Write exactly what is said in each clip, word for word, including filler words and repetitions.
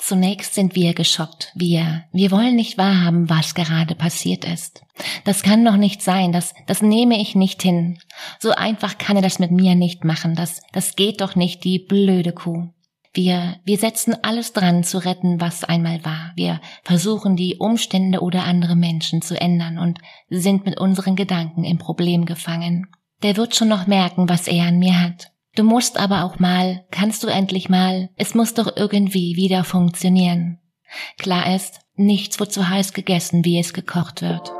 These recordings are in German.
Zunächst sind wir geschockt. Wir, wir wollen nicht wahrhaben, was gerade passiert ist. Das kann doch nicht sein, das, das nehme ich nicht hin. So einfach kann er das mit mir nicht machen, das, das geht doch nicht, die blöde Kuh. Wir, wir setzen alles dran, zu retten, was einmal war. Wir versuchen, die Umstände oder andere Menschen zu ändern und sind mit unseren Gedanken im Problem gefangen. Der wird schon noch merken, was er an mir hat. Du musst aber auch mal, kannst du endlich mal, es muss doch irgendwie wieder funktionieren. Klar ist, nichts wird so heiß gegessen, wie es gekocht wird.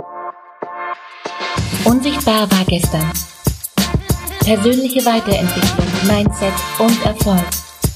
Unsichtbar war gestern. Persönliche Weiterentwicklung, Mindset und Erfolg.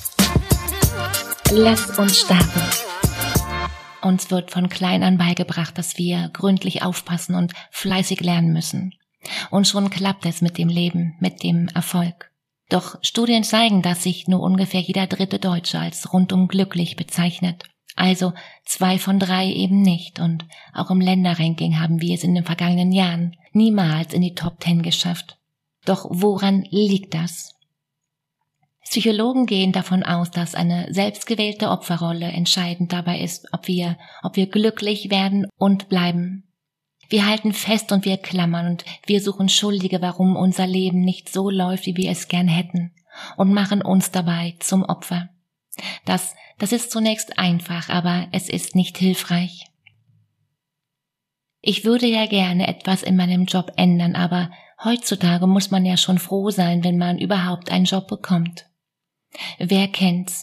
Lass uns starten. Uns wird von klein an beigebracht, dass wir gründlich aufpassen und fleißig lernen müssen. Und schon klappt es mit dem Leben, mit dem Erfolg. Doch Studien zeigen, dass sich nur ungefähr jeder dritte Deutsche als rundum glücklich bezeichnet. Also zwei von drei eben nicht. Und auch im Länderranking haben wir es in den vergangenen Jahren niemals in die Top Ten geschafft. Doch woran liegt das? Psychologen gehen davon aus, dass eine selbstgewählte Opferrolle entscheidend dabei ist, ob wir, ob wir glücklich werden und bleiben. Wir halten fest und wir klammern und wir suchen Schuldige, warum unser Leben nicht so läuft, wie wir es gern hätten, und machen uns dabei zum Opfer. Das, das ist zunächst einfach, aber es ist nicht hilfreich. Ich würde ja gerne etwas in meinem Job ändern, aber heutzutage muss man ja schon froh sein, wenn man überhaupt einen Job bekommt. Wer kennt's?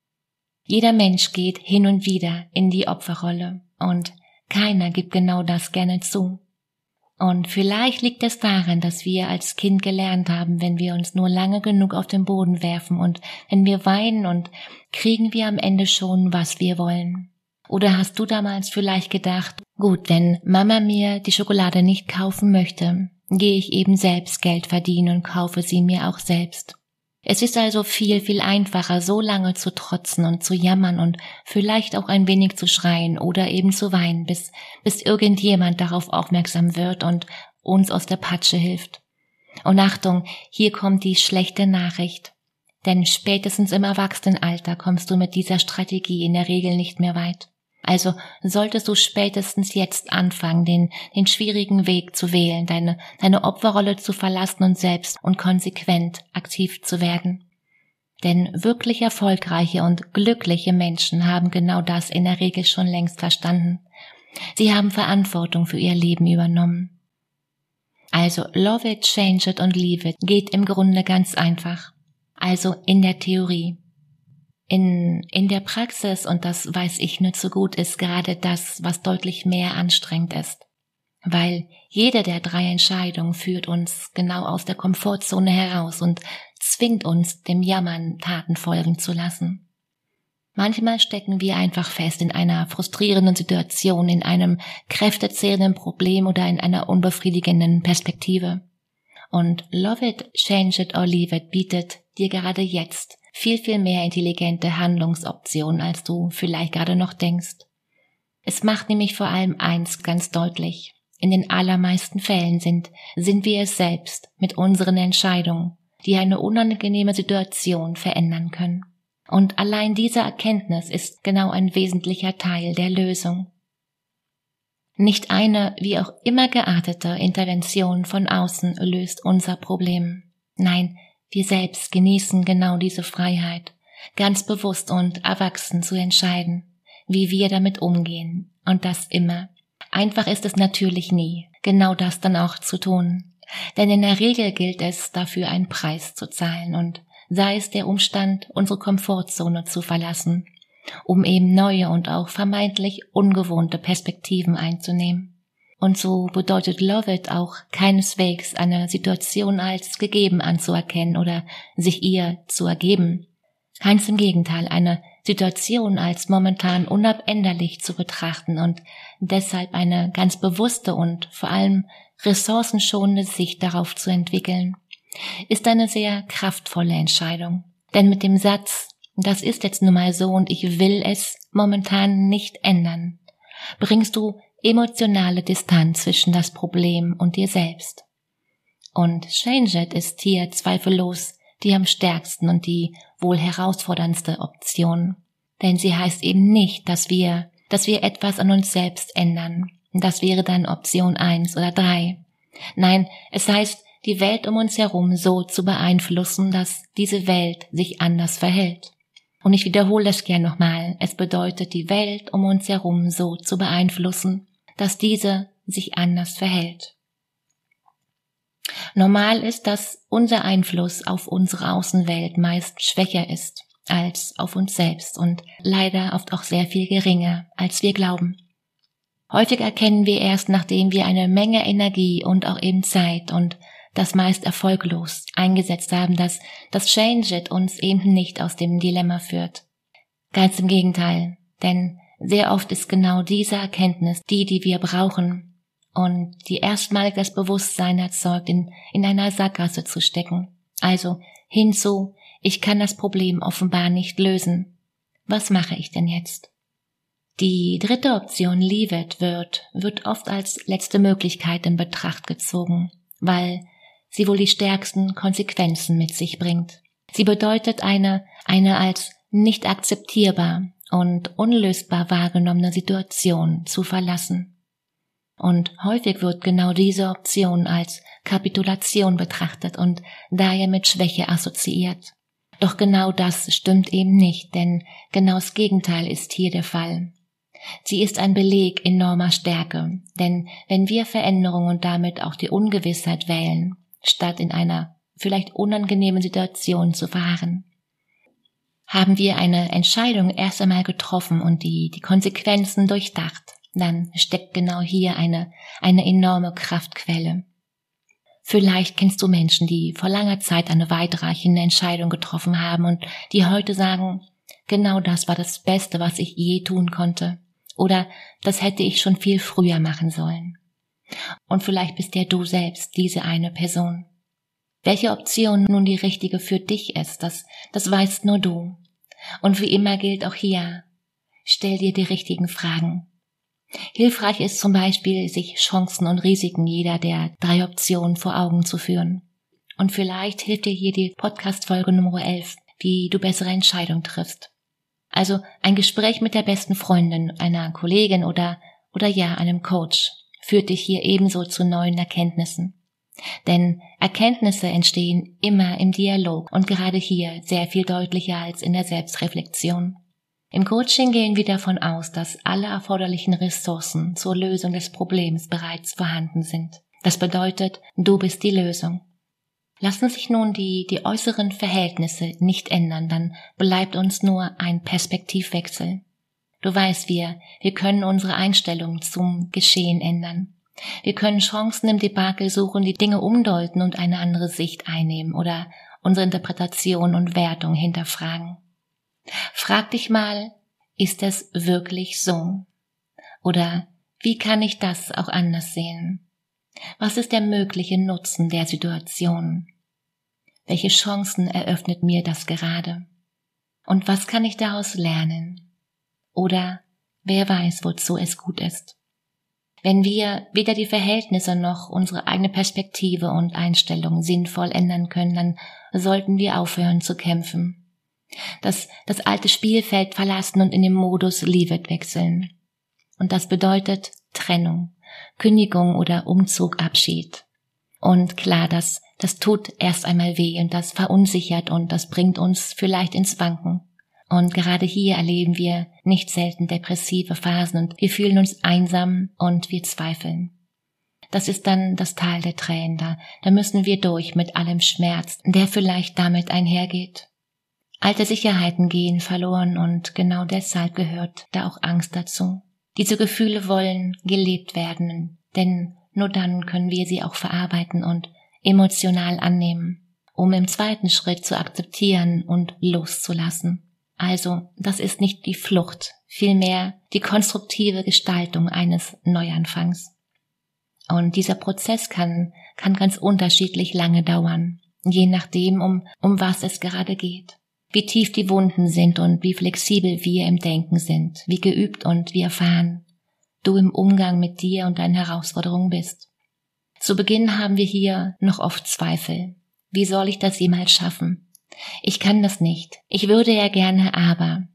Jeder Mensch geht hin und wieder in die Opferrolle und keiner gibt genau das gerne zu. Und vielleicht liegt es daran, dass wir als Kind gelernt haben, wenn wir uns nur lange genug auf den Boden werfen und wenn wir weinen, und kriegen wir am Ende schon, was wir wollen. Oder hast du damals vielleicht gedacht, gut, wenn Mama mir die Schokolade nicht kaufen möchte, gehe ich eben selbst Geld verdienen und kaufe sie mir auch selbst. Es ist also viel, viel einfacher, so lange zu trotzen und zu jammern und vielleicht auch ein wenig zu schreien oder eben zu weinen, bis, bis irgendjemand darauf aufmerksam wird und uns aus der Patsche hilft. Und Achtung, hier kommt die schlechte Nachricht. Denn spätestens im Erwachsenenalter kommst du mit dieser Strategie in der Regel nicht mehr weit. Also solltest du spätestens jetzt anfangen, den, den schwierigen Weg zu wählen, deine, deine Opferrolle zu verlassen und selbst und konsequent aktiv zu werden. Denn wirklich erfolgreiche und glückliche Menschen haben genau das in der Regel schon längst verstanden. Sie haben Verantwortung für ihr Leben übernommen. Also love it, change it und leave it geht im Grunde ganz einfach. Also in der Theorie. In, in der Praxis, und das weiß ich nur zu gut, ist gerade das, was deutlich mehr anstrengend ist. Weil jede der drei Entscheidungen führt uns genau aus der Komfortzone heraus und zwingt uns, dem Jammern Taten folgen zu lassen. Manchmal stecken wir einfach fest in einer frustrierenden Situation, in einem kräftezehrenden Problem oder in einer unbefriedigenden Perspektive. Und Love It, Change It or Leave It bietet dir gerade jetzt viel, viel mehr intelligente Handlungsoptionen, als du vielleicht gerade noch denkst. Es macht nämlich vor allem eins ganz deutlich. In den allermeisten Fällen sind, sind wir es selbst mit unseren Entscheidungen, die eine unangenehme Situation verändern können. Und allein diese Erkenntnis ist genau ein wesentlicher Teil der Lösung. Nicht eine, wie auch immer geartete Intervention von außen löst unser Problem. Nein, wir selbst genießen genau diese Freiheit, ganz bewusst und erwachsen zu entscheiden, wie wir damit umgehen, und das immer. Einfach ist es natürlich nie, genau das dann auch zu tun, denn in der Regel gilt es, dafür einen Preis zu zahlen, und sei es der Umstand, unsere Komfortzone zu verlassen, um eben neue und auch vermeintlich ungewohnte Perspektiven einzunehmen. Und so bedeutet Love It auch keineswegs, eine Situation als gegeben anzuerkennen oder sich ihr zu ergeben. Ganz im Gegenteil, eine Situation als momentan unabänderlich zu betrachten und deshalb eine ganz bewusste und vor allem ressourcenschonende Sicht darauf zu entwickeln, ist eine sehr kraftvolle Entscheidung. Denn mit dem Satz, das ist jetzt nun mal so und ich will es momentan nicht ändern, bringst du emotionale Distanz zwischen das Problem und dir selbst. Und Change It ist hier zweifellos die am stärksten und die wohl herausforderndste Option. denn sie heißt eben nicht, dass wir, dass wir etwas an uns selbst ändern. Das wäre dann Option eins oder drei. Nein, es heißt, die Welt um uns herum so zu beeinflussen, dass diese Welt sich anders verhält. Und ich wiederhole das gern nochmal. Es bedeutet, die Welt um uns herum so zu beeinflussen, dass diese sich anders verhält. Normal ist, dass unser Einfluss auf unsere Außenwelt meist schwächer ist als auf uns selbst und leider oft auch sehr viel geringer, als wir glauben. Häufig erkennen wir erst, nachdem wir eine Menge Energie und auch eben Zeit und das meist erfolglos eingesetzt haben, dass das Change It uns eben nicht aus dem Dilemma führt. Ganz im Gegenteil, denn sehr oft ist genau diese Erkenntnis die, die wir brauchen und die erstmalig das Bewusstsein erzeugt, in, in einer Sackgasse zu stecken. Also hinzu, ich kann das Problem offenbar nicht lösen. Was mache ich denn jetzt? Die dritte Option, Leave It, wird, wird oft als letzte Möglichkeit in Betracht gezogen, weil sie wohl die stärksten Konsequenzen mit sich bringt. Sie bedeutet eine, eine als nicht akzeptierbar und unlösbar wahrgenommene Situation zu verlassen. Und häufig wird genau diese Option als Kapitulation betrachtet und daher mit Schwäche assoziiert. Doch genau das stimmt eben nicht, denn genau das Gegenteil ist hier der Fall. Sie ist ein Beleg enormer Stärke, denn wenn wir Veränderung und damit auch die Ungewissheit wählen, statt in einer vielleicht unangenehmen Situation zu verharren, haben wir eine Entscheidung erst einmal getroffen und die, die Konsequenzen durchdacht, dann steckt genau hier eine, eine enorme Kraftquelle. Vielleicht kennst du Menschen, die vor langer Zeit eine weitreichende Entscheidung getroffen haben und die heute sagen, genau das war das Beste, was ich je tun konnte. Oder das hätte ich schon viel früher machen sollen. Und vielleicht bist ja du selbst diese eine Person. Welche Option nun die richtige für dich ist, das, das weißt nur du. Und wie immer gilt auch hier, stell dir die richtigen Fragen. Hilfreich ist zum Beispiel, sich Chancen und Risiken jeder der drei Optionen vor Augen zu führen. Und vielleicht hilft dir hier die Podcast-Folge Nummer elf, wie du bessere Entscheidungen triffst. Also ein Gespräch mit der besten Freundin, einer Kollegin oder, oder ja, einem Coach führt dich hier ebenso zu neuen Erkenntnissen. Denn Erkenntnisse entstehen immer im Dialog und gerade hier sehr viel deutlicher als in der Selbstreflexion. Im Coaching gehen wir davon aus, dass alle erforderlichen Ressourcen zur Lösung des Problems bereits vorhanden sind. Das bedeutet, du bist die Lösung. Lassen sich nun die, die äußeren Verhältnisse nicht ändern, dann bleibt uns nur ein Perspektivwechsel. Du weißt, wir, wir können unsere Einstellung zum Geschehen ändern. Wir können Chancen im Debakel suchen, die Dinge umdeuten und eine andere Sicht einnehmen oder unsere Interpretation und Wertung hinterfragen. Frag dich mal, ist es wirklich so? Oder wie kann ich das auch anders sehen? Was ist der mögliche Nutzen der Situation? Welche Chancen eröffnet mir das gerade? Und was kann ich daraus lernen? Oder wer weiß, wozu es gut ist? Wenn wir weder die Verhältnisse noch unsere eigene Perspektive und Einstellung sinnvoll ändern können, dann sollten wir aufhören zu kämpfen. Das, das alte Spielfeld verlassen und in den Modus Leave It wechseln. Und das bedeutet Trennung, Kündigung oder Umzug, Abschied. Und klar, das, das tut erst einmal weh und das verunsichert und das bringt uns vielleicht ins Wanken. Und gerade hier erleben wir nicht selten depressive Phasen und wir fühlen uns einsam und wir zweifeln. Das ist dann das Tal der Tränen, da, da müssen wir durch mit allem Schmerz, der vielleicht damit einhergeht. Alte Sicherheiten gehen verloren und genau deshalb gehört da auch Angst dazu. Diese Gefühle wollen gelebt werden, denn nur dann können wir sie auch verarbeiten und emotional annehmen, um im zweiten Schritt zu akzeptieren und loszulassen. Also, das ist nicht die Flucht, vielmehr die konstruktive Gestaltung eines Neuanfangs. Und dieser Prozess kann, kann ganz unterschiedlich lange dauern, je nachdem, um, um was es gerade geht. Wie tief die Wunden sind und wie flexibel wir im Denken sind, wie geübt und wie erfahren du im Umgang mit dir und deinen Herausforderungen bist. Zu Beginn haben wir hier noch oft Zweifel. Wie soll ich das jemals schaffen? Ich kann das nicht. Ich würde ja gerne, aber.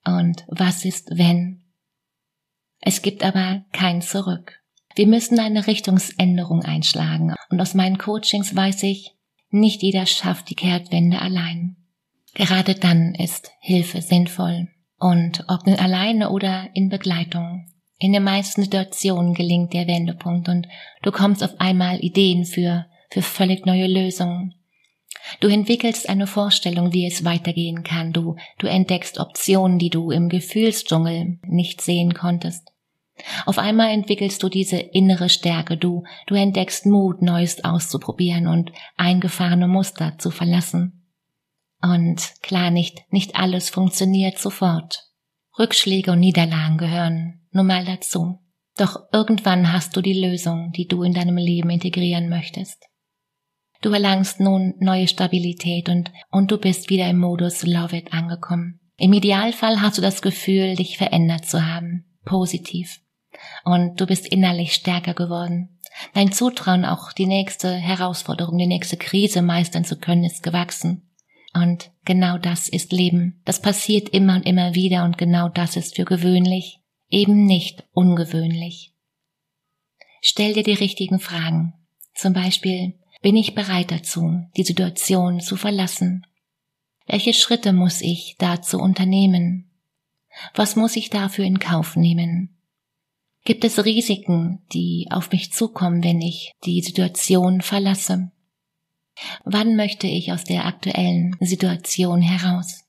Und was ist, wenn? Es gibt aber kein Zurück. Wir müssen eine Richtungsänderung einschlagen. Und aus meinen Coachings weiß ich, nicht jeder schafft die Kehrtwende allein. Gerade dann ist Hilfe sinnvoll. Und ob nun alleine oder in Begleitung. In den meisten Situationen gelingt der Wendepunkt und du kommst auf einmal Ideen für, für völlig neue Lösungen. Du entwickelst eine Vorstellung, wie es weitergehen kann. Du, du entdeckst Optionen, die du im Gefühlsdschungel nicht sehen konntest. Auf einmal entwickelst du diese innere Stärke. Du, du entdeckst Mut, Neues auszuprobieren und eingefahrene Muster zu verlassen. Und klar, nicht, nicht alles funktioniert sofort. Rückschläge und Niederlagen gehören nun mal dazu. Doch irgendwann hast du die Lösung, die du in deinem Leben integrieren möchtest. Du erlangst nun neue Stabilität und, und du bist wieder im Modus Love It angekommen. Im Idealfall hast du das Gefühl, dich verändert zu haben. Positiv. Und du bist innerlich stärker geworden. Dein Zutrauen, auch die nächste Herausforderung, die nächste Krise meistern zu können, ist gewachsen. Und genau das ist Leben. Das passiert immer und immer wieder und genau das ist für gewöhnlich eben nicht ungewöhnlich. Stell dir die richtigen Fragen. Zum Beispiel, bin ich bereit dazu, die Situation zu verlassen? Welche Schritte muss ich dazu unternehmen? Was muss ich dafür in Kauf nehmen? Gibt es Risiken, die auf mich zukommen, wenn ich die Situation verlasse? Wann möchte ich aus der aktuellen Situation heraus?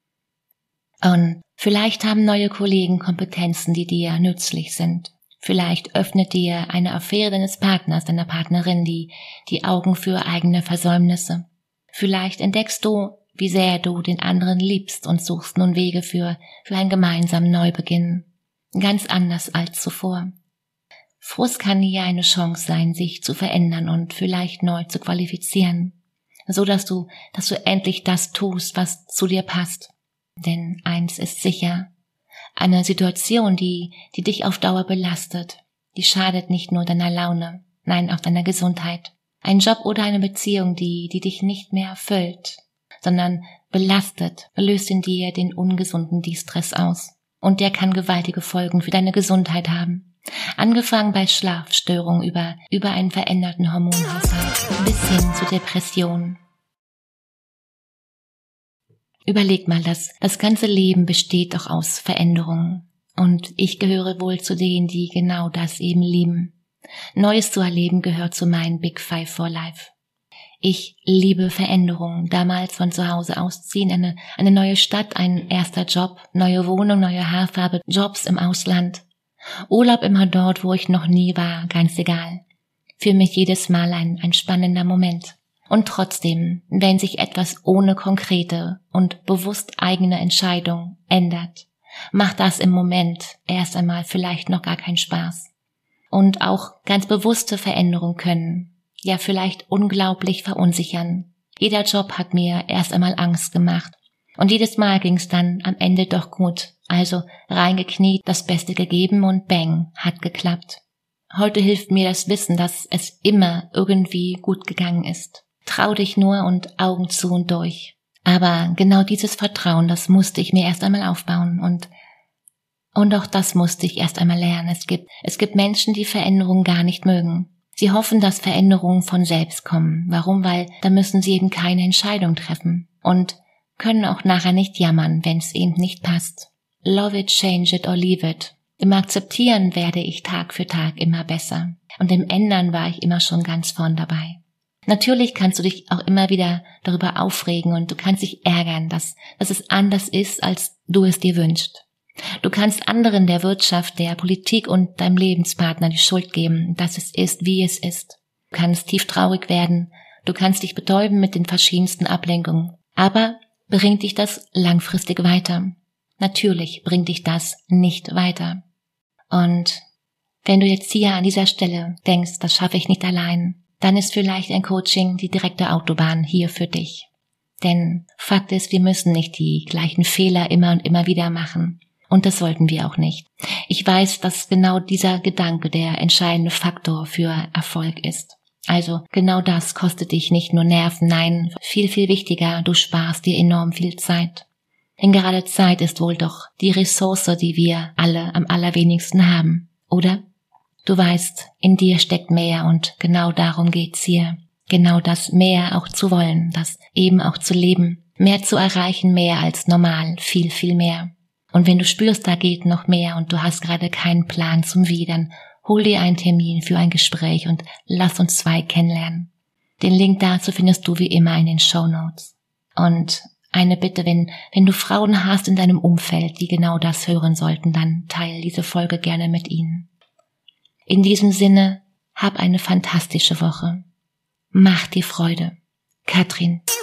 Und vielleicht haben neue Kollegen Kompetenzen, die dir nützlich sind. Vielleicht öffnet dir eine Affäre deines Partners, deiner Partnerin die, die Augen für eigene Versäumnisse. Vielleicht entdeckst du, wie sehr du den anderen liebst und suchst nun Wege für, für einen gemeinsamen Neubeginn. Ganz anders als zuvor. Frust kann hier eine Chance sein, sich zu verändern und vielleicht neu zu qualifizieren, so dass du, dass du endlich das tust, was zu dir passt. Denn eins ist sicher, eine Situation, die, die dich auf Dauer belastet, die schadet nicht nur deiner Laune, nein, auch deiner Gesundheit. Ein Job oder eine Beziehung, die, die dich nicht mehr erfüllt, sondern belastet, löst in dir den ungesunden Distress aus. Und der kann gewaltige Folgen für deine Gesundheit haben. Angefangen bei Schlafstörungen über, über einen veränderten Hormonhaushalt bis hin zu Depressionen. Überleg mal, das, das ganze Leben besteht doch aus Veränderungen. Und ich gehöre wohl zu denen, die genau das eben lieben. Neues zu erleben gehört zu meinen Big Five for Life. Ich liebe Veränderungen. Damals von zu Hause ausziehen, eine, eine neue Stadt, ein erster Job, neue Wohnung, neue Haarfarbe, Jobs im Ausland. Urlaub immer dort, wo ich noch nie war, ganz egal. Für mich jedes Mal ein, ein spannender Moment. Und trotzdem, wenn sich etwas ohne konkrete und bewusst eigene Entscheidung ändert, macht das im Moment erst einmal vielleicht noch gar keinen Spaß. Und auch ganz bewusste Veränderungen können, ja vielleicht unglaublich verunsichern. Jeder Job hat mir erst einmal Angst gemacht. Und jedes Mal ging's dann am Ende doch gut. Also reingekniet, das Beste gegeben und bang, hat geklappt. Heute hilft mir das Wissen, dass es immer irgendwie gut gegangen ist. Trau dich nur und Augen zu und durch. Aber genau dieses Vertrauen, das musste ich mir erst einmal aufbauen und und auch das musste ich erst einmal lernen. Es gibt es gibt Menschen, die Veränderungen gar nicht mögen. Sie hoffen, dass Veränderungen von selbst kommen. Warum? Weil da müssen sie eben keine Entscheidung treffen und können auch nachher nicht jammern, wenn es eben nicht passt. Love it, change it or leave it. Im Akzeptieren werde ich Tag für Tag immer besser und im Ändern war ich immer schon ganz vorn dabei. Natürlich kannst du dich auch immer wieder darüber aufregen und du kannst dich ärgern, dass, dass es anders ist, als du es dir wünschst. Du kannst anderen, der Wirtschaft, der Politik und deinem Lebenspartner die Schuld geben, dass es ist, wie es ist. Du kannst tief traurig werden, du kannst dich betäuben mit den verschiedensten Ablenkungen. Aber bringt dich das langfristig weiter? Natürlich bringt dich das nicht weiter. Und wenn du jetzt hier an dieser Stelle denkst, das schaffe ich nicht allein, dann ist vielleicht ein Coaching die direkte Autobahn hier für dich. Denn Fakt ist, wir müssen nicht die gleichen Fehler immer und immer wieder machen. Und das sollten wir auch nicht. Ich weiß, dass genau dieser Gedanke der entscheidende Faktor für Erfolg ist. Also genau das kostet dich nicht nur Nerven, nein, viel, viel wichtiger, du sparst dir enorm viel Zeit. Denn gerade Zeit ist wohl doch die Ressource, die wir alle am allerwenigsten haben, oder? Du weißt, in dir steckt mehr und genau darum geht's hier. Genau das mehr auch zu wollen, das eben auch zu leben, mehr zu erreichen, mehr als normal, viel, viel mehr. Und wenn du spürst, da geht noch mehr und du hast gerade keinen Plan zum Wie, dann hol dir einen Termin für ein Gespräch und lass uns zwei kennenlernen. Den Link dazu findest du wie immer in den Shownotes. Und eine Bitte, wenn, wenn du Frauen hast in deinem Umfeld, die genau das hören sollten, dann teile diese Folge gerne mit ihnen. In diesem Sinne, hab eine fantastische Woche. Mach dir Freude. Katrin.